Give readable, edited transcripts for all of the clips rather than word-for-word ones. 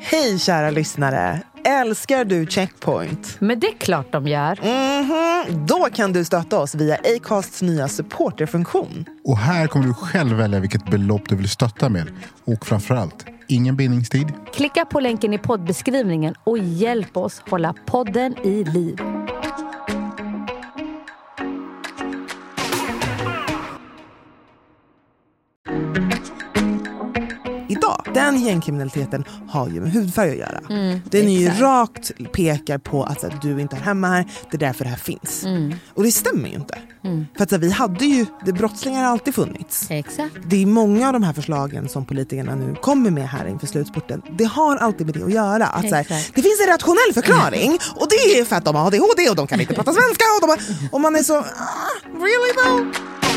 Hej kära lyssnare, älskar du Checkpoint? Men det är klart de gör. Då kan du stötta oss via Acasts nya supporterfunktion. Och här kommer du själv välja vilket belopp du vill stötta med. Och framförallt, ingen bindningstid. Klicka på länken i poddbeskrivningen och hjälp oss hålla podden i liv. Idag, den gängkriminaliteten har ju med hudfärg att göra. Den är ju rakt pekar på att du inte är hemma här, det är därför det här finns. Och det stämmer ju inte. För att vi hade ju, det brottslingar har alltid funnits. Exakt. Det är många av de här förslagen som politikerna nu kommer med här inför slutspurten. Det har alltid med det att göra. Att så här, det finns en rationell förklaring och det är för att de har ADHD och de kan inte prata svenska och man är så, really though?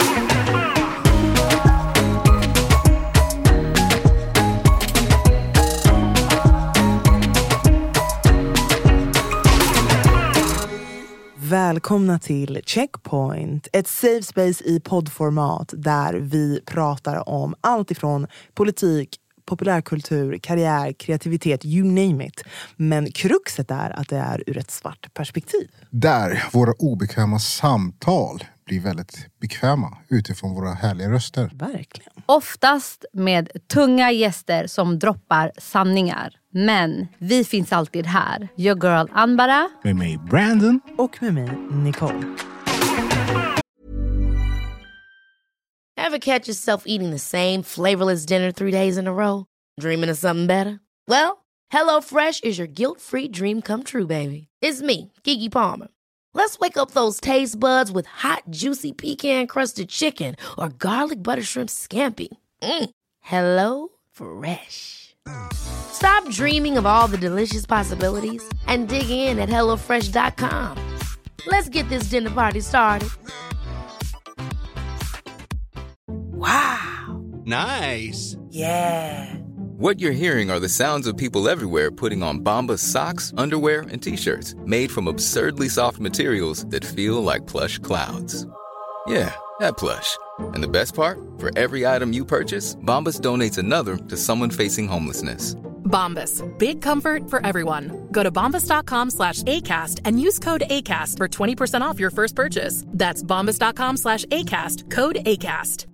Välkomna till Checkpoint, ett safe space i poddformat där vi pratar om allt ifrån politik, populärkultur, karriär, kreativitet, you name it. Men kruxet är att det är ur ett svart perspektiv. Där våra obekväma samtal blir väldigt bekväma utifrån våra härliga röster. Verkligen. Oftast med tunga gäster som droppar sanningar. Men vi finns alltid här. Your girl Anbara. Med mig Brandon. Och med mig Nicole. Ever catch yourself eating the same flavorless dinner 3 days in a row? Dreaming of something better? Well, HelloFresh is your guilt-free dream come true, baby. It's me, Keke Palmer. Let's wake up those taste buds with hot, juicy pecan-crusted chicken or garlic butter shrimp scampi. Hello Fresh. Stop dreaming of all the delicious possibilities and dig in at HelloFresh.com. Let's get this dinner party started. Wow! Nice! Yeah! What you're hearing are the sounds of people everywhere putting on Bombas socks, underwear, and T-shirts made from absurdly soft materials that feel like plush clouds. Yeah, that plush. And the best part? For every item you purchase, Bombas donates another to someone facing homelessness. Bombas. Big comfort for everyone. Go to bombas.com/ACAST and use code ACAST for 20% off your first purchase. That's bombas.com/ACAST. Code ACAST.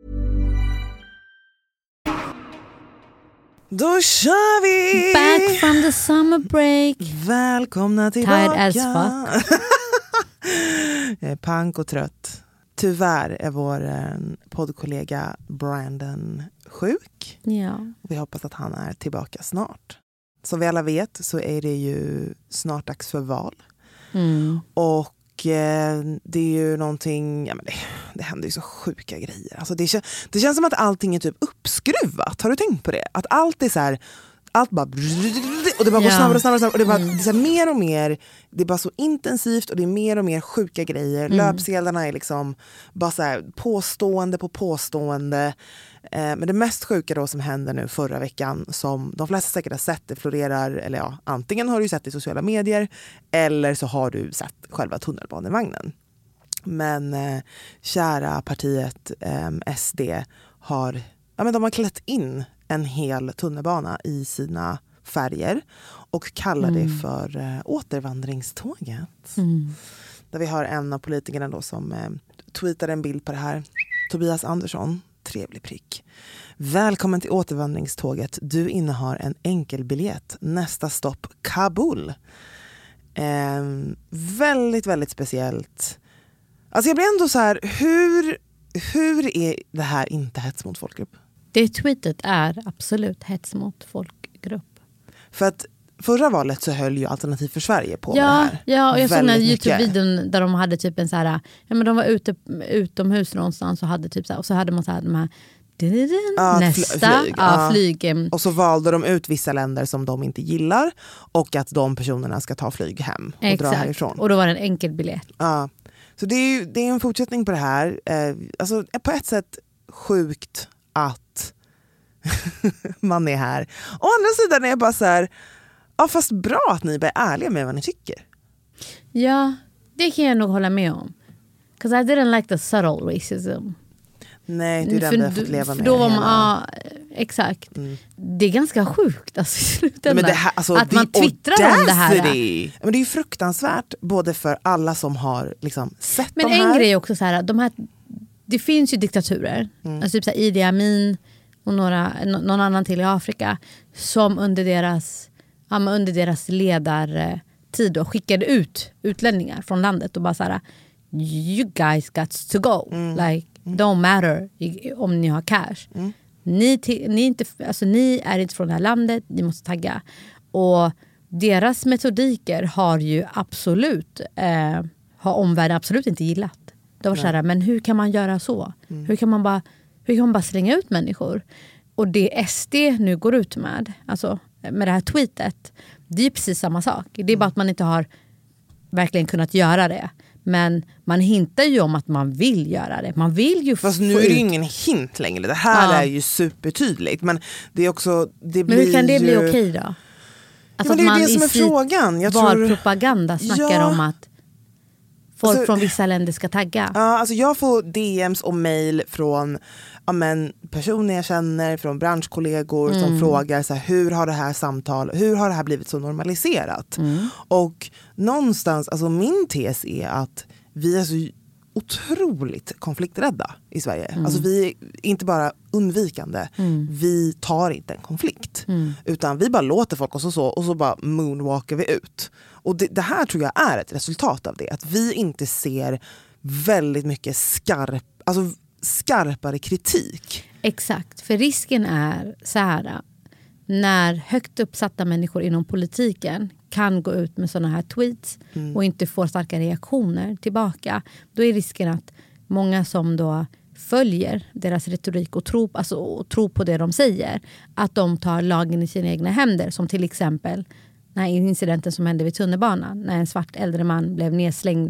Då kör vi! Back from the summer break. Välkomna tillbaka. Tired as fuck. Jag är pank och trött. Tyvärr är vår poddkollega Brandon sjuk. Ja. Vi hoppas att han är tillbaka snart. Som vi alla vet så är det ju snart dags för val. Och det är ju någonting, ja men det händer ju så sjuka grejer. Alltså det känns som att allting är typ uppskruvat. Har du tänkt på det? Att allt är så här, allt bara och det bara går snabbare och snabbare och det bara det är så här, mer och mer, det är bara så intensivt och det är mer och mer sjuka grejer. Löpsedlarna är liksom bara så här påstående på påstående. Men det mest sjuka då som hände nu förra veckan, som de flesta säkert har sett, det florerar, eller ja, antingen har du sett i sociala medier eller så har du sett själva tunnelbanevagnen. Men kära partiet SD har, ja men de har klätt in en hel tunnelbana i sina färger och kallar det för återvandringståget. Där vi har en av politikerna då som tweetar en bild på det här. Tobias Andersson, trevlig prick. Välkommen till återvandringståget. Du innehar en enkelbiljett. Nästa stopp Kabul. Väldigt, väldigt speciellt. Alltså jag blir ändå så här, hur är det här inte hets mot folkgrupp? Det tweetet är absolut hets mot folkgrupp. För att förra valet så höll ju Alternativ för Sverige på med det här. Ja, och jag såg den här Väldigt YouTube-videon där de hade typ en så här, ja men de var utomhus någonstans och hade typ så här, och så hade man så här de här nästa flyg. Och så valde de ut vissa länder som de inte gillar och att de personerna ska ta flyg hem och dra härifrån. Och då var det en enkel biljett. Ja. Så det är en fortsättning på det här. Alltså på ett sätt sjukt att man är här. Å andra sidan är jag bara så här, ja fast bra att ni är ärliga med vad ni tycker. Ja, det kan jag nog hålla med om. 'Cause I didn't like the subtle racism. Nej, det är det enda jag fått leva med. Då var man, exakt. Det är ganska sjukt alltså, men det här, alltså, att man twittrar om det här. Men det är ju fruktansvärt både för alla som har liksom sett men de här. Men en grej är också så här, det finns ju diktaturer. Alltså typ så här Idi Amin och någon annan till i Afrika som under deras ledartid då skickade ut utlänningar från landet och bara så här, you guys got to go. Like, don't matter om ni har cash. Ni är inte från det här landet, ni måste tagga. Och deras metodiker har ju absolut har omvärlden absolut inte gillat. De var så här, men hur kan man göra så? Hur kan man bara slänga ut människor? Och det SD nu går ut med, alltså med det här tweetet, det är ju precis samma sak. Det är bara att man inte har verkligen kunnat göra det. Men man hintar ju om att man vill göra det. Man vill ju fast nu är det ju ingen hint längre. Det här är ju supertydligt. Men det är också... Men hur kan det bli okej då? Alltså det är det som är frågan. Jag tror propaganda snackar om att folk från vissa länder ska tagga. Ja, alltså jag får DMs och mejl från personer jag känner, från branschkollegor som frågar så här, hur har det här blivit så normaliserat? Och någonstans, alltså min tes är att vi är så otroligt konflikträdda i Sverige. Alltså vi är inte bara undvikande, vi tar inte en konflikt. Utan vi bara låter folk och så bara moonwalkar vi ut. Och det här tror jag är ett resultat av det. Att vi inte ser väldigt mycket skarpare kritik. Exakt, för risken är så här, när högt uppsatta människor inom politiken kan gå ut med såna här tweets och inte får starka reaktioner tillbaka, då är risken att många som då följer deras retorik och tror på det de säger, att de tar lagen i sina egna händer, som till exempel den här incidenten som hände vid tunnelbanan när en svart äldre man blev nedslängd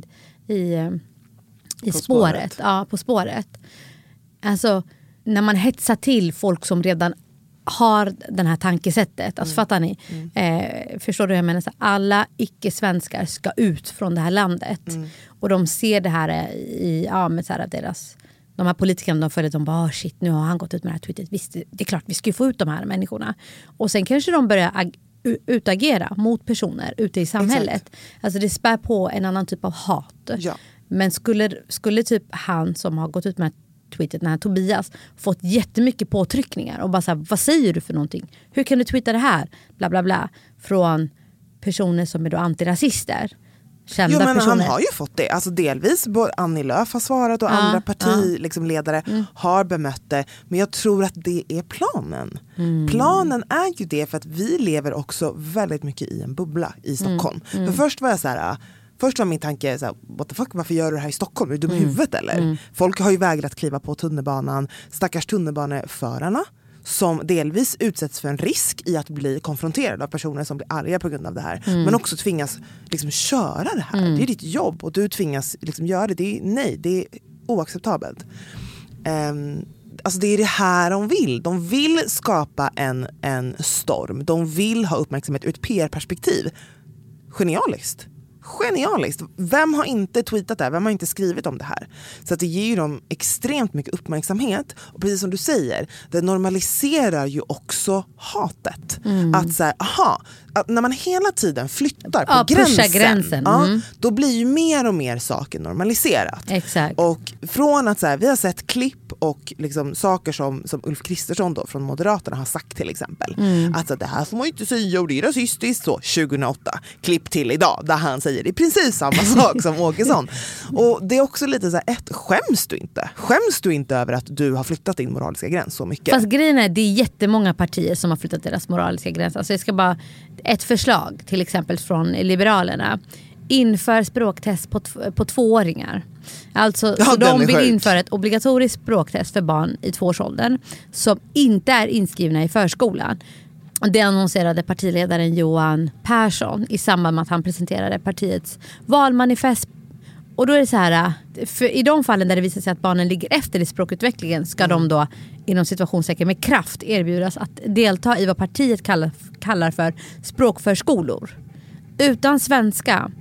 i spåret. Ja, på spåret. Alltså när man hetsar till folk som redan har den här tankesättet. Alltså fattar ni? Förstår du hur jag menar? Så alla icke-svenskar ska ut från det här landet. Och de ser det här med så här de här politikerna, de följer, de bara shit, nu har han gått ut med det här tweetet. Visst, det är klart vi ska få ut de här människorna. Och sen kanske de börjar utagera mot personer ute i samhället. Exakt. Alltså det spär på en annan typ av hat. Ja. Men skulle typ han som har gått ut med tweetet, den här Tobias, fått jättemycket påtryckningar och bara så här, vad säger du för någonting? Hur kan du tweeta det här? Bla bla bla. Från personer som är då antirasister. Kända personer. Han har ju fått det. Alltså delvis, Annie Lööf har svarat och andra partiledare har bemött det. Men jag tror att det är planen. Planen är ju det för att vi lever också väldigt mycket i en bubbla i Stockholm. För först var jag så här... Först var min tanke så här, what the fuck, varför gör du det här i Stockholm? Är du dum i huvudet eller? Folk har ju vägrat kliva på tunnelbanan. Stackars tunnelbaneförarna som delvis utsätts för en risk i att bli konfronterade av personer som blir arga på grund av det här. Men också tvingas liksom köra det här. Det är ditt jobb och du tvingas liksom göra det. Det är oacceptabelt. Alltså det är det här de vill. De vill skapa en storm. De vill ha uppmärksamhet ur ett PR-perspektiv. Genialiskt. Vem har inte tweetat det här? Vem har inte skrivit om det här? Så att det ger ju dem extremt mycket uppmärksamhet. Och precis som du säger, det normaliserar ju också hatet. Att så här, att när man hela tiden flyttar på gränsen. Då blir ju mer och mer saker normaliserat. Exakt. Och från att så här, vi har sett klipp och liksom saker som Ulf Kristersson då från Moderaterna har sagt till exempel. Att så, det här får man ju inte säga och det är rasistiskt. Så 2008, klipp till idag där han säger det är precis samma sak som Åkesson. Och det är också lite så här, skäms du inte över att du har flyttat din moraliska gräns så mycket? Fast grejen är, det är jättemånga partier som har flyttat deras moraliska gräns. Alltså jag ska bara, ett förslag till exempel från Liberalerna. Inför språktest på tvååringar. Alltså så de vill införa ett obligatoriskt språktest för barn i 2-årsåldern som inte är inskrivna i förskolan. Det annonserade partiledaren Johan Persson i samband med att han presenterade partiets valmanifest. Och då är det så här, för i de fallen där det visar sig att barnen ligger efter i språkutvecklingen ska de då inom situationssäkert med kraft erbjudas att delta i vad partiet kallar för språkförskolor. Utan svenska.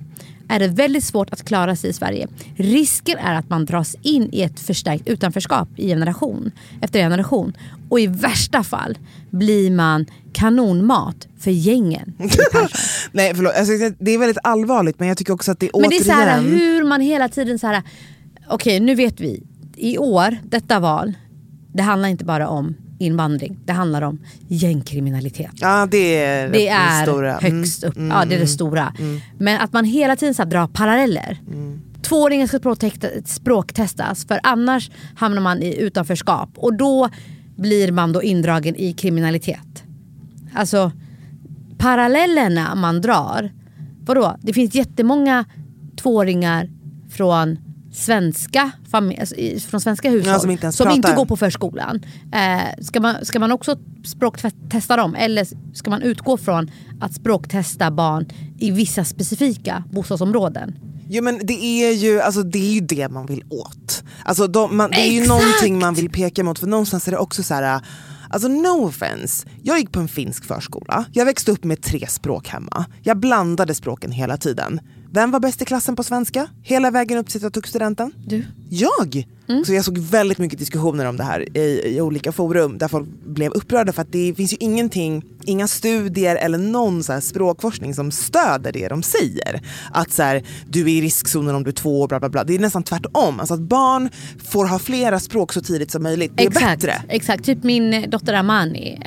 är det väldigt svårt att klara sig i Sverige. Risken är att man dras in i ett förstärkt utanförskap i generation efter generation. Och i värsta fall blir man kanonmat för gängen. Nej, förlåt. Alltså, det är väldigt allvarligt, men jag tycker också att det är men det är så här, återigen... hur man hela tiden så här, okej, nu vet vi. I år, detta val, det handlar inte bara om invandring. Det handlar om gängkriminalitet. Ja, det är det stora. Högst upp. Ja, det är det stora. Men att man hela tiden så här, drar paralleller. 2-åringar ska språktestas, för annars hamnar man i utanförskap. Och då blir man då indragen i kriminalitet. Alltså, parallellerna man drar. Vadå? Det finns jättemånga 2-åringar från svenska från svenska hushåll som inte går på förskolan. Ska man också språktesta dem, eller ska man utgå från att språktesta barn i vissa specifika bostadsområden? Jo, men det är ju det man vill åt. Alltså det är ju någonting man vill peka mot, för någonstans är det också så här. Alltså no offense, jag gick på en finsk förskola. Jag växte upp med 3 språk hemma. Jag blandade språken hela tiden. Vem var bäst i klassen på svenska? Hela vägen upp till jag tog studenten? Du. Jag! Så jag såg väldigt mycket diskussioner om det här i olika forum där folk blev upprörda, för att det finns ju inga studier eller någon så här språkforskning som stöder det de säger. Att så här, du är i riskzonen om du är 2 år, bla bla bla. Det är nästan tvärtom. Alltså att barn får ha flera språk så tidigt som möjligt. Det är bättre. Exakt, typ min dotter Amani.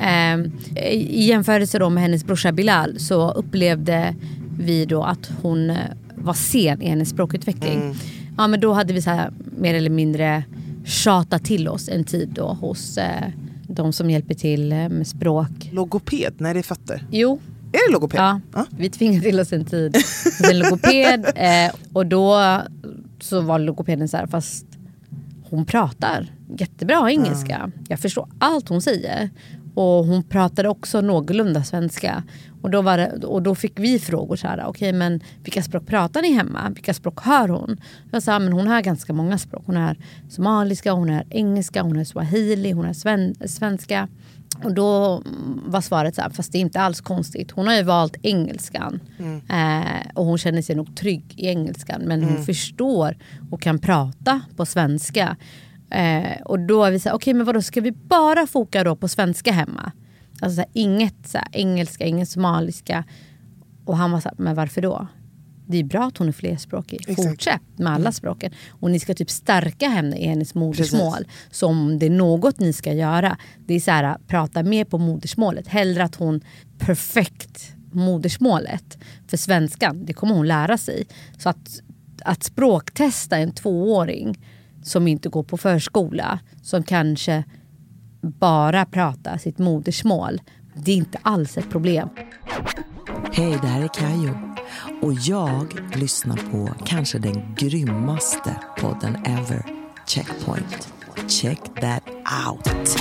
I jämförelse då med hennes brorsa Bilal så upplevde vi då att hon var sen i hennes språkutveckling. Ja, men då hade vi så här mer eller mindre tjatat till oss en tid då hos de som hjälper till med språk. Logoped? Nej, det är fötter. Jo. Är det logoped? Ja, vi tvingade till oss en tid hos en logoped. Och då så var logopeden så här, fast hon pratar jättebra engelska. Jag förstår allt hon säger. Och hon pratade också någorlunda svenska. Och då fick vi frågor så här, okej, men vilka språk pratar ni hemma? Vilka språk hör hon? Jag sa, men hon har ganska många språk. Hon är somaliska, hon är engelska, hon är swahili, hon är svenska. Och då var svaret så här, fast det är inte alls konstigt. Hon har ju valt engelskan. Och hon känner sig nog trygg i engelskan. Men hon förstår och kan prata på svenska. Och då är vi så här, okej, men vadå, ska vi bara foka då på svenska hemma? Alltså så här, inget så här, engelska, inget somaliska. Och han var så här, men varför då? Det är bra att hon är flerspråkig. Fortsätt med alla språken. Och ni ska typ stärka henne i hennes modersmål. Precis. Så om det är något ni ska göra, det är så här, prata mer på modersmålet. Hellre att hon perfekt modersmålet. För svenskan, det kommer hon lära sig. Så att språktesta en 2-åring som inte går på förskola, som kanske bara pratar sitt modersmål, det är inte alls ett problem. Hej, det här är Kajo. Och jag lyssnar på kanske den grymmaste podden ever, Checkpoint. Check that out.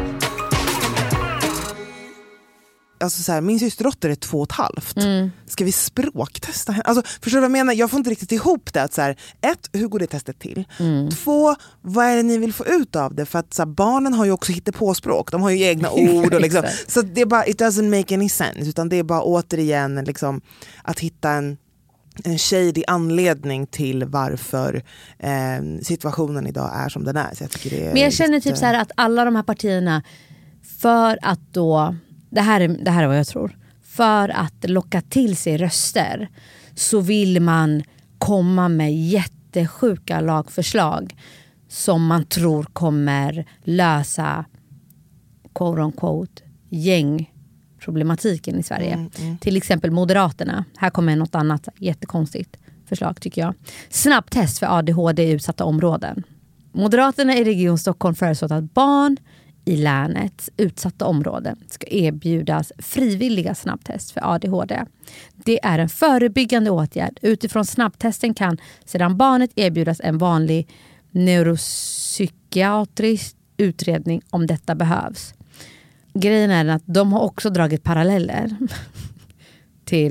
Alltså så här, min systerdotter är 2,5. Ska vi språktesta henne? Alltså, förstår du vad jag menar? Jag får inte riktigt ihop det. Att så här, 1, hur går det testet till? 2, vad är det ni vill få ut av det? För att så här, barnen har ju också hittepåspråk. De har ju egna ord. Och liksom, så det är bara, it doesn't make any sense. Utan det är bara återigen liksom, att hitta en shady anledning till varför situationen idag är som den är. Så jag tycker det är men jag känner typ så här att alla de här partierna, för att då, det här är vad jag tror, för att locka till sig röster så vill man komma med jättesjuka lagförslag som man tror kommer lösa quote on quote gängproblematiken i Sverige. Till exempel Moderaterna. Här kommer något annat jättekonstigt förslag tycker jag. Snabbtest för ADHD i utsatta områden. Moderaterna i Region Stockholm föreslår att barn i länets utsatta områden ska erbjudas frivilliga snabbtest för ADHD. Det är en förebyggande åtgärd. Utifrån snabbtesten kan sedan barnet erbjudas en vanlig neuropsykiatrisk utredning om detta behövs. Grejen är att de har också dragit paralleller till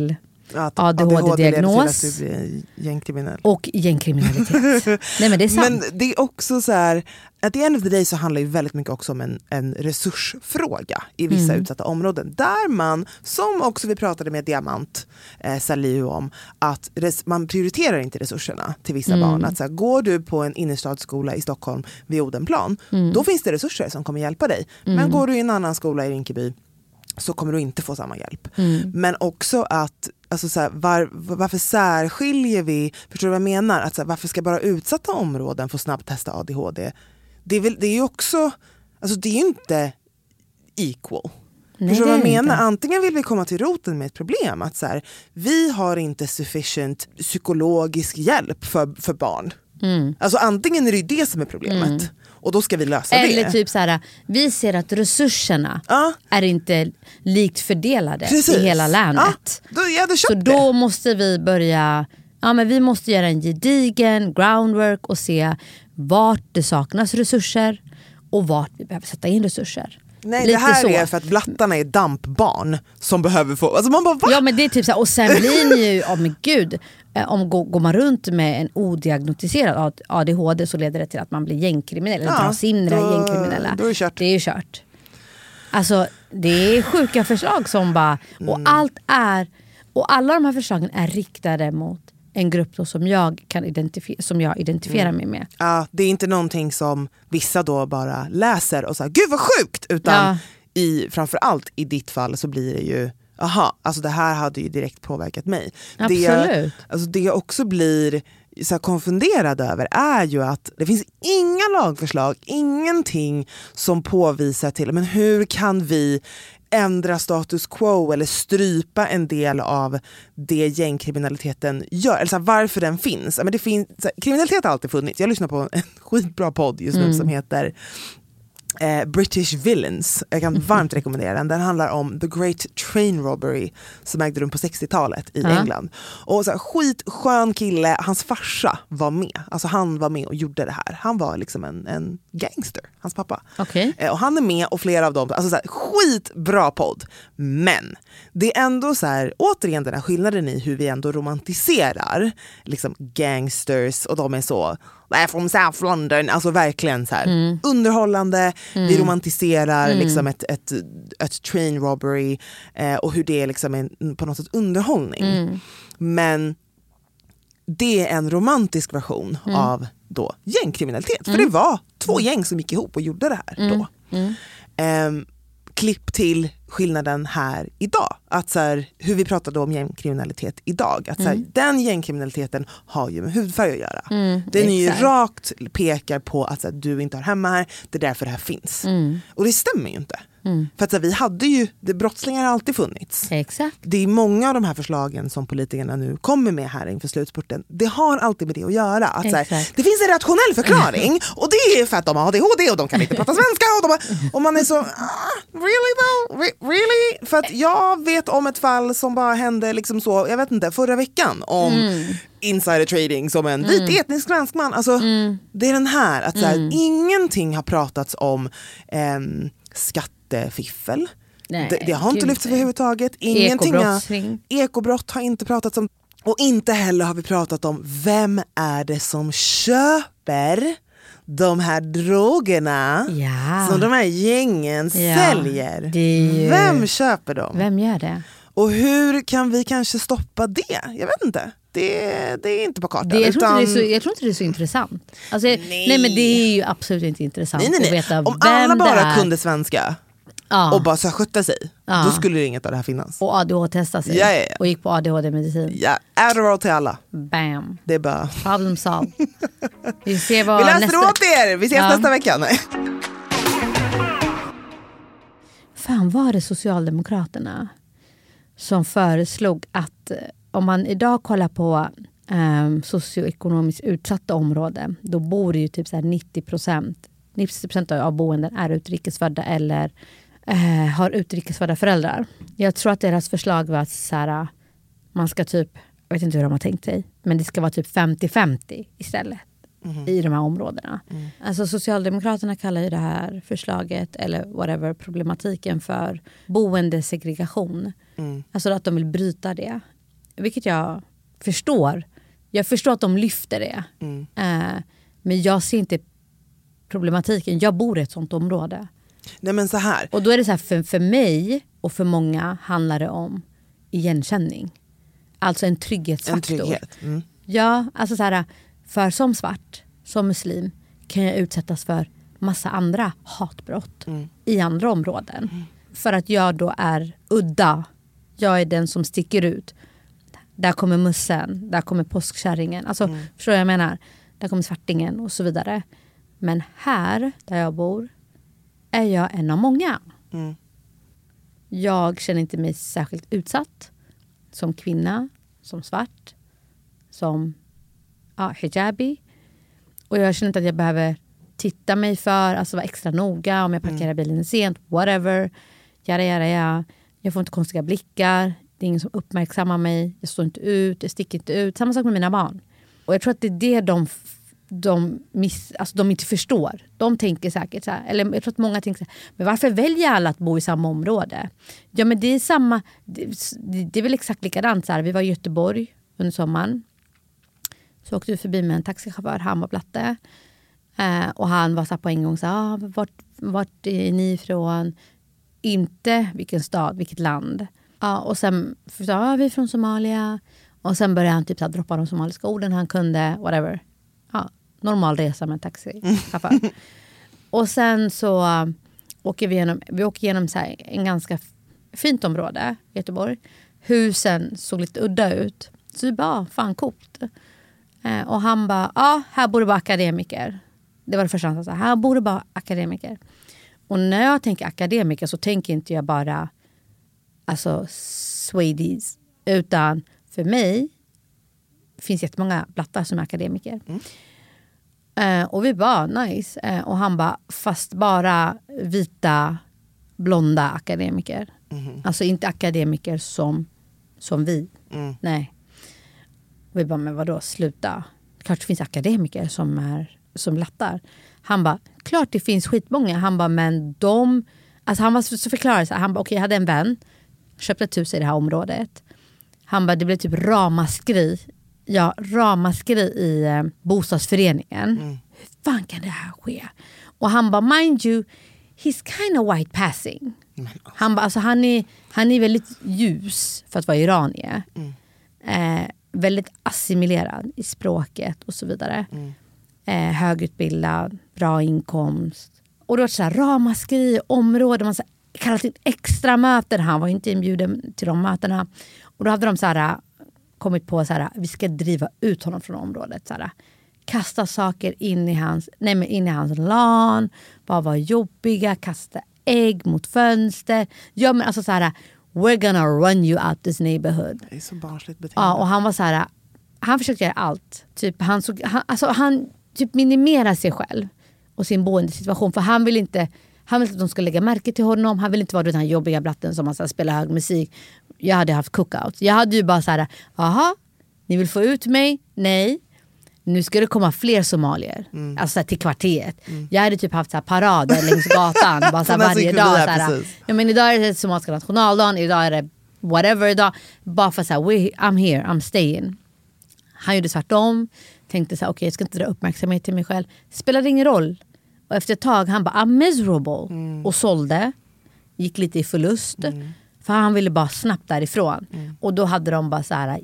ADHD-diagnos att du blir gängkriminell. och gängkriminalitet. Nej, men det är sant. Men det är också så här, at the end of the day så handlar ju väldigt mycket också om en resursfråga i vissa utsatta områden. Där man, som också vi pratade med Diamant Salihu om, att man prioriterar inte resurserna till vissa barn. Att så här, går du på en innerstadsskola i Stockholm vid Odenplan, då finns det resurser som kommer hjälpa dig. Men går du i en annan skola i Rinkeby så kommer du inte få samma hjälp. Men också att alltså så här, varför särskiljer vi, förstår du vad jag menar? Att så här, varför ska bara utsatta områden få snabbtesta ADHD? Det är ju också, alltså det är ju inte equal. Nej, förstår du vad jag menar? Inte. Antingen vill vi komma till roten med ett problem, att så här, vi har inte sufficient psykologisk hjälp för barn. Alltså antingen är det det som är problemet. Och då ska vi lösa det. Eller typ så här, vi ser att resurserna är inte likt fördelade i hela länet. Så då måste vi börja, men vi måste göra en gedigen groundwork och se vart det saknas resurser och vart vi behöver sätta in resurser. Nej, lite det här så. är för att blattarna är dampbarn som behöver få, alltså man bara, va? Ja, men det är typ så här, och sen blir ni ju, men gud, går man runt med en odiagnostiserad ADHD så leder det till att man blir gängkriminell eller dras in i gängkriminella. Då är det kört. Det är ju kört. Alltså det är sjuka förslag som bara, och alla de här förslagen är riktade mot en grupp då som jag identifierar mig med. Ja, det är inte någonting som vissa då bara läser och säger gud vad sjukt, utan framförallt i ditt fall så blir det ju alltså det här hade ju direkt påverkat mig. Absolut. Det jag också blir så konfunderad över är ju att det finns inga lagförslag, ingenting som påvisar till, men hur kan vi ändra status quo eller strypa en del av det gängkriminaliteten gör, eller så här, varför den finns. Men det finns så här, kriminalitet har alltid funnits. Jag lyssnar på en skitbra podd just nu som heter British Villains. Jag kan varmt rekommendera den. Den handlar om The Great Train Robbery som ägde rum på 60-talet i England. Och så här, skitskön kille, hans farsa var med. Alltså han var med och gjorde det här. Han var liksom en gangster, hans pappa. Okay. Och han är med och flera av dem, alltså så här, skitbra podd. Men det är ändå så här, återigen den här skillnaden i hur vi ändå romantiserar liksom gangsters, och de är så from South London, alltså verkligen så här underhållande. Vi romantiserar liksom ett train robbery och hur det är liksom på något sätt underhållning. Men det är en romantisk version av då gängkriminalitet. För det var 2 gäng som gick ihop och gjorde det här då. Klipp till skillnaden här idag. Att så här, hur vi pratade om gängkriminalitet idag. Att så här, den gängkriminaliteten har ju med hudfärg att göra. Den är ju rakt pekar på att så här, du inte har hemma här. Det är därför det här finns. Och det stämmer ju inte. För att så här, vi hade ju, brottslingar har alltid funnits. Exakt. Det är många av de här förslagen som politikerna nu kommer med här inför slutspurten. Det har alltid med det att göra. Att, så här, det finns en rationell förklaring och det är för att de har ADHD och de kan inte prata svenska. Och man är så, really though? Really? För att jag vet om ett fall som bara hände liksom så, jag vet inte, förra veckan om insider trading som en vit etnisk svensk man. Alltså, det är den här, att så här, ingenting har pratats om skattefiffel. Nej, det har inte lyfts överhuvudtaget. Ekobrott har inte pratats om. Och inte heller har vi pratat om vem är det som köper de här drogerna som de här gängen säljer. Vem köper dem? Vem gör det? Och hur kan vi kanske stoppa det? Jag vet inte. Det är inte på kartan. Jag tror inte det är så intressant. Alltså, nej, men det är ju absolut inte intressant att veta om vem alla bara det är. kunde svenska och bara så skötta sig, då skulle det inget av det här finnas. Och ADHD-testa sig och gick på ADHD-medicin. Ja, Adderall till alla. Bam. Det är bara problem solved. Vi läser det åt er. Vi ses nästa vecka. Nej. Fan, var det Socialdemokraterna som föreslog att om man idag kollar på socioekonomiskt utsatta områden, då bor det ju typ så här 90% av boenden är utrikesfödda eller har utrikesfödda föräldrar. Jag tror att deras förslag var att så här, man ska typ, jag vet inte hur de har tänkt sig, men det ska vara typ 50-50 istället i de här områdena. Alltså Socialdemokraterna kallar ju det här förslaget eller whatever problematiken för boendesegregation. Alltså att de vill bryta det. vilket jag förstår. Jag förstår att de lyfter det. Men jag ser inte problematiken. Jag bor i ett sånt område. Nej, men så här. Och då är det så här, för mig och för många handlar det om igenkänning. Alltså en trygghetsfaktor. En trygghet. Ja, alltså så här, för som svart, som muslim kan jag utsättas för massa andra hatbrott i andra områden. För att jag då är udda. Jag är den som sticker ut. Där kommer mussen, där kommer påskkärringen. Alltså, förstår jag menar? Där kommer svartingen och så vidare. Men här, där jag bor, är jag en av många. Jag känner inte mig särskilt utsatt. Som kvinna, som svart, som hijabi. Och jag känner inte att jag behöver titta mig för, alltså vara extra noga om jag parkerar bilen sent, whatever. Jag får inte konstiga blickar. Det är ingen som uppmärksammar mig. Jag står inte ut, jag sticker inte ut. Samma sak med mina barn. Och jag tror att det är det de inte förstår. De tänker säkert så här, eller jag tror att många tänker så här, men varför väljer alla att bo i samma område? Ja, men det är samma, det är väl exakt likadant så här. Vi var i Göteborg under sommaren. Så åkte vi förbi med en taxichaufför, han var blatte. Och han var så här på en gång så här, vart är ni ifrån? Inte vilken stad, vilket land. Och sen sa vi är från Somalia. Och sen började han typ så här, droppa de somaliska orden han kunde, whatever. Normal resa med en taxichaufför. Och sen så åker vi åker igenom så här en ganska fint område i Göteborg. Husen såg lite udda ut. Så vi bara, fan coolt. Och han bara, här bor det bara akademiker. Det var det första han sa, här bor det bara akademiker. Och när jag tänker akademiker så tänker inte jag bara alltså Swedies. Utan för mig finns jättemånga blattar som är akademiker. Och vi bara, nice. Och han bara, fast bara vita, blonda akademiker. Alltså inte akademiker som vi. Nej. Och vi bara, men vadå, sluta. Klart det finns akademiker som blattar. Han bara, klart det finns skitmånga. Han bara, men alltså han var så förklarad. Han bara, okej, jag hade en vän. Köpte ett hus i det här området. Han bara, det blev typ ramaskri. Ja, ramaskri i bostadsföreningen. Hur fan kan det här ske? Och han bara, mind you, he's kind of white passing. Han bara, alltså han är väldigt ljus för att vara iranier. Väldigt assimilerad i språket och så vidare. Högutbildad, bra inkomst. Och då var det så här ramaskri, område, man så här, kallat till extra möten. Han var inte inbjuden till de mötena. Och då hade de så här kommit på så här, vi ska driva ut honom från området så här. Kasta saker in i hans lan, bara vara jobbiga, kasta ägg mot fönster. Ja, men alltså så här, we're gonna run you out this neighborhood. Det är så barnsligt beteende. Ja, och han var så här, han försökte göra allt. Typ han typ minimerar sig själv och sin boendesituation, för han vill inte att de ska lägga märke till honom. Han vill inte vara den här jobbiga blatten som man spelar hög musik. Jag hade haft cookouts. Jag hade ju bara så här, aha, ni vill få ut mig? Nej. Nu ska det komma fler somalier. Alltså till kvarteret. Jag hade typ haft så här parader längs gatan. Bara så här varje dag. Så här, ja, men idag är det somaliska nationaldagen. Idag är det whatever idag. Bara för så här, I'm here, I'm staying. Han gjorde tvärtom. Tänkte så här, okej, jag ska inte dra uppmärksamhet till mig själv. Spelade ingen roll. Och efter ett tag han bara, I'm miserable. Och sålde. Gick lite i förlust. För han ville bara snabbt därifrån. Och då hade de bara så här,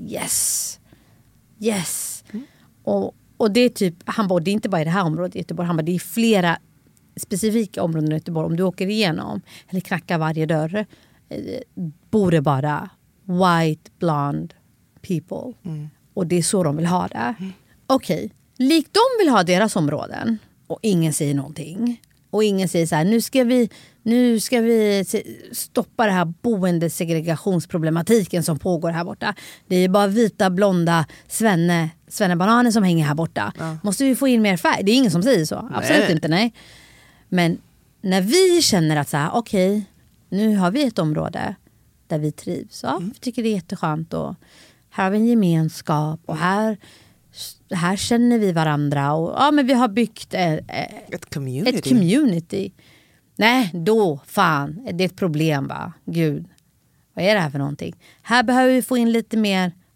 yes. Och det är typ, han bara, det är inte bara i det här området i Göteborg. Han bara, det är flera specifika områden i Göteborg. Om du åker igenom eller knackar varje dörr, bor det bara white, blonde people. Och det är så de vill ha det. Okej, likt de vill ha deras områden. Och ingen säger någonting. Och ingen säger så här, nu ska vi stoppa det här boendesegregationsproblematiken som pågår här borta. Det är bara vita, blonda svennebananer som hänger här borta. Måste vi få in mer färg? Det är ingen som säger så. Absolut inte, nej. Men när vi känner att så här, okej, nu har vi ett område där vi trivs. Ja, vi tycker det är jätteskönt. Och här har vi en gemenskap. Och här känner vi varandra. Och ja, men vi har byggt ett community. Nej, då det är ett problem, va? Gud, vad är det här för någonting? Här behöver vi få in lite mer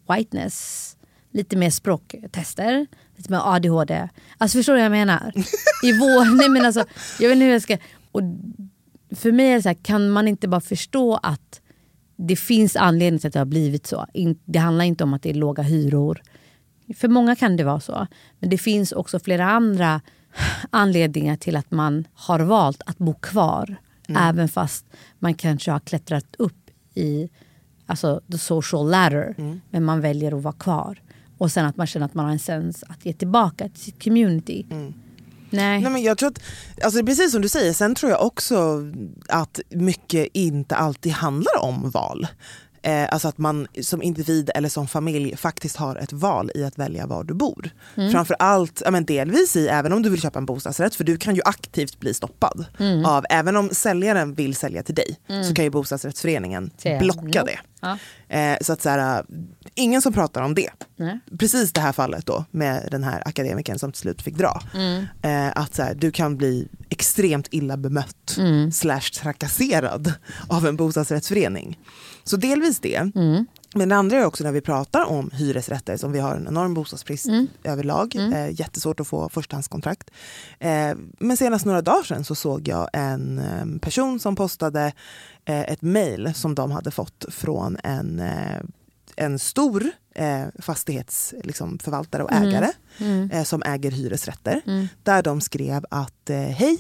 whiteness. Lite mer språktester. Lite mer ADHD. Alltså förstår du vad jag menar? Nej men alltså, jag vet inte hur jag ska... Och för mig är det så här, kan man inte bara förstå att det finns anledning till att det har blivit så. Det handlar inte om att det är låga hyror. För många kan det vara så. Men det finns också flera andra anledningar till att man har valt att bo kvar. Även fast man kanske har klättrat upp i alltså the social ladder. Men man väljer att vara kvar. Och sen att man känner att man har en sens att ge tillbaka till sitt community. Nej, men jag tror att, alltså det är precis som du säger, sen tror jag också att mycket inte alltid handlar om val. Alltså att man som individ eller som familj faktiskt har ett val i att välja var du bor. Framförallt, delvis även om du vill köpa en bostadsrätt, för du kan ju aktivt bli stoppad av, även om säljaren vill sälja till dig så kan ju bostadsrättsföreningen blocka det. Så att så här, ingen som pratar om det. Precis det här fallet då med den här akademikern som till slut fick dra. Att så här, du kan bli extremt illa bemött / trakasserad av en bostadsrättsförening. Så delvis det. Men det andra är också när vi pratar om hyresrätter som vi har en enorm bostadsbrist överlag. Jättesvårt att få förstahandskontrakt. Men senast några dagar sedan så såg jag en person som postade ett mejl som de hade fått från en stor fastighetsförvaltare och ägare som äger hyresrätter. Där de skrev att hej,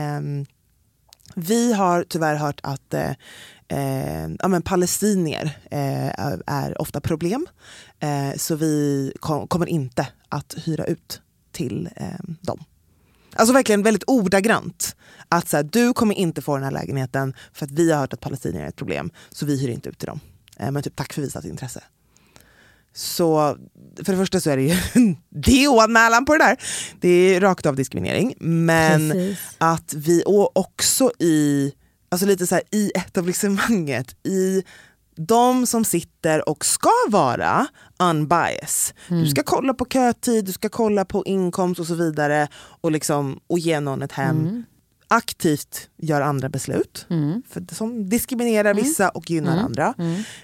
vi har tyvärr hört att palestinier är ofta problem. Så vi kommer inte att hyra ut till dem. Alltså verkligen väldigt ordagrant. Att så här, du kommer inte få den här lägenheten för att vi har hört att palestinier är ett problem. Så vi hyr inte ut till dem. Men typ tack för visat intresse. Så för det första så är det ju DO-anmälan på det där. Det är rakt av diskriminering. Men att vi också alltså lite så här, i etablissemanget, i de som sitter och ska vara unbiased. Du ska kolla på kötid, du ska kolla på inkomst och så vidare och ge någon ett hem. Aktivt gör andra beslut som diskriminerar vissa och gynnar andra.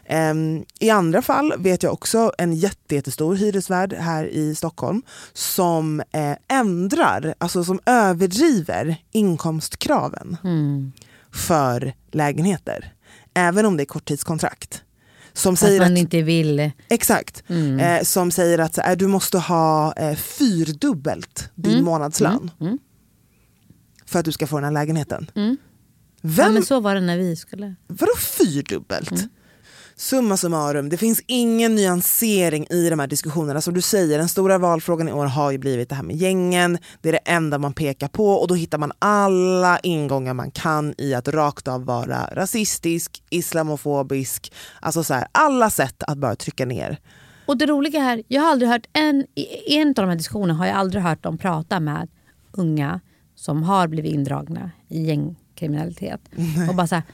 I andra fall vet jag också en jättestor hyresvärd här i Stockholm som ändrar, alltså som överdriver inkomstkraven för lägenheter. Även om det är korttidskontrakt. Som säger att man inte vill. Exakt. Som säger att du måste ha 4-dubbelt din månadslön. För att du ska få den här lägenheten. Men så var det när vi skulle. Vadå 4-dubbelt? Summa summarum, det finns ingen nyansering i de här diskussionerna. Som du säger, den stora valfrågan i år har ju blivit det här med gängen. Det är det enda man pekar på. Och då hittar man alla ingångar man kan i att rakt av vara rasistisk, islamofobisk. Alltså så här, alla sätt att bara trycka ner. Och det roliga här, jag har aldrig hört i en av de här diskussionerna har jag aldrig hört dem prata med unga som har blivit indragna i gängkriminalitet. Och bara så här,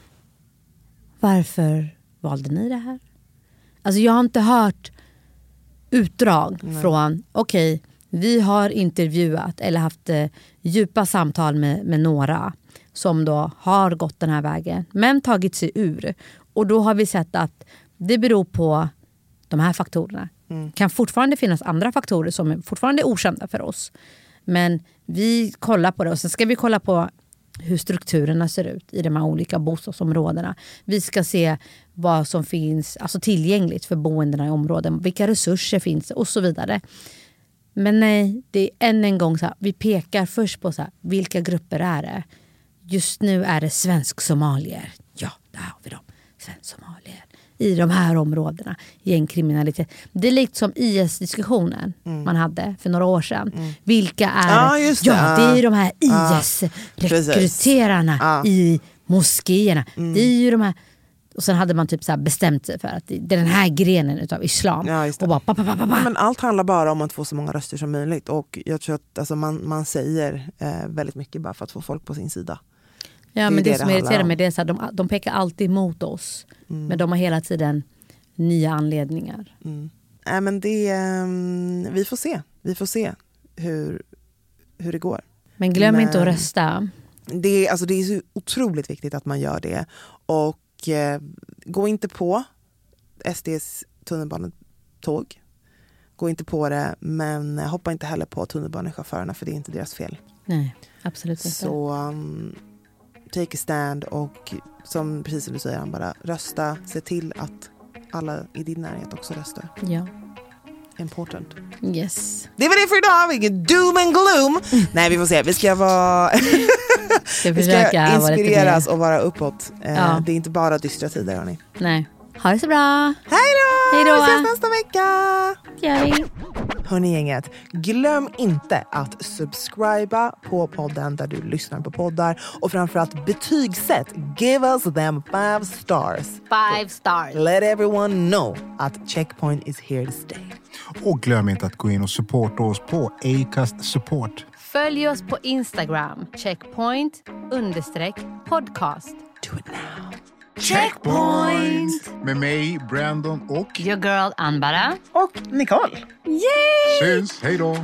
varför valde ni det här? Alltså jag har inte hört utdrag från okej, vi har intervjuat eller haft djupa samtal med några som då har gått den här vägen men tagit sig ur. Och då har vi sett att det beror på de här faktorerna. Kan fortfarande finnas andra faktorer som fortfarande är okända för oss. Men vi kollar på det och sen ska vi kolla på hur strukturerna ser ut i de här olika bostadsområdena. Vi ska se vad som finns alltså tillgängligt för boendena i områden. Vilka resurser finns och så vidare. Men nej, det är än en gång så här, vi pekar först på så här, vilka grupper är det? Just nu är det svensk-somalier. Ja, där har vi dem. Svensk-somalier. I de här områdena. Gängkriminalitet. Det är likt som IS-diskussionen man hade för några år sedan. Vilka är det? Ja, det är de här IS-rekryterarna i moskéerna. Det är ju de här. Och sen hade man typ så här bestämt sig för att det är den här grenen utav islam. Ja, just det. Och bara, Men allt handlar bara om att få så många röster som möjligt. Och jag tror att alltså, man säger väldigt mycket bara för att få folk på sin sida. Ja, men det som irriterar mig är att de pekar alltid mot oss. Men de har hela tiden nya anledningar. Nej, men vi får se hur det går. Men glöm inte att rösta. Det är så otroligt viktigt att man gör det. Och gå inte på SDs tåg. Gå inte på det, men hoppa inte heller på tunnelbanechaufförerna för det är inte deras fel. Nej, absolut inte. Så take a stand och precis som du säger, bara rösta. Se till att alla i din närhet också röstar. Ja. Important. Yes. Det var det för idag. Vilken doom and gloom. Nej, vi får se. Vi ska vara... vi ska inspireras och vara uppåt. Ja. Det är inte bara dystra tider, hörni. Nej. Ha det så bra. Hej då! Hej då! Vi ses nästa vecka. Gör vi. Hörni gänget, glöm inte att subscriba på podden där du lyssnar på poddar. Och framförallt betygsätt. Give us them 5 stars. 5 stars. Let everyone know att Checkpoint is here to stay. Och glöm inte att gå in och supporta oss på Acast Support. Följ oss på Instagram. Checkpoint_podcast. Do it now. Checkpoint! Med mig, Brandon och... Your girl Anbara. Och Nicole. Yay! Syns, hej då!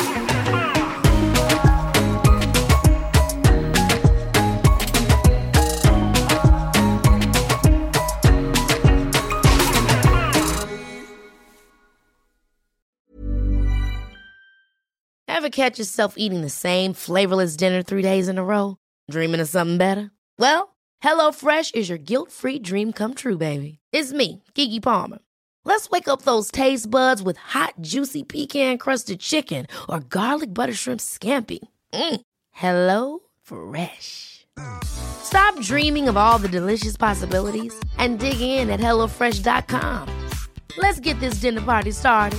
Ever catch yourself eating the same flavorless dinner 3 days in a row? Dreaming of something better? Well, HelloFresh is your guilt-free dream come true, baby. It's me, Keke Palmer. Let's wake up those taste buds with hot, juicy pecan-crusted chicken or garlic butter shrimp scampi. Hello Fresh. Stop dreaming of all the delicious possibilities and dig in at HelloFresh.com. Let's get this dinner party started.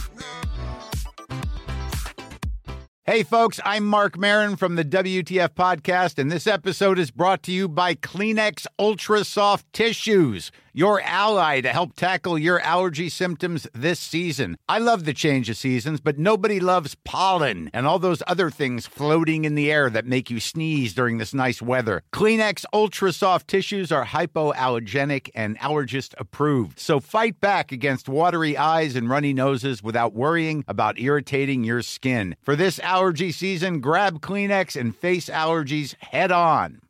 Hey, folks, I'm Mark Maron from the WTF Podcast, and this episode is brought to you by Kleenex Ultra Soft Tissues, your ally to help tackle your allergy symptoms this season. I love the change of seasons, but nobody loves pollen and all those other things floating in the air that make you sneeze during this nice weather. Kleenex Ultra Soft Tissues are hypoallergenic and allergist approved, so fight back against watery eyes and runny noses without worrying about irritating your skin. For this allergy season, grab Kleenex and face allergies head on.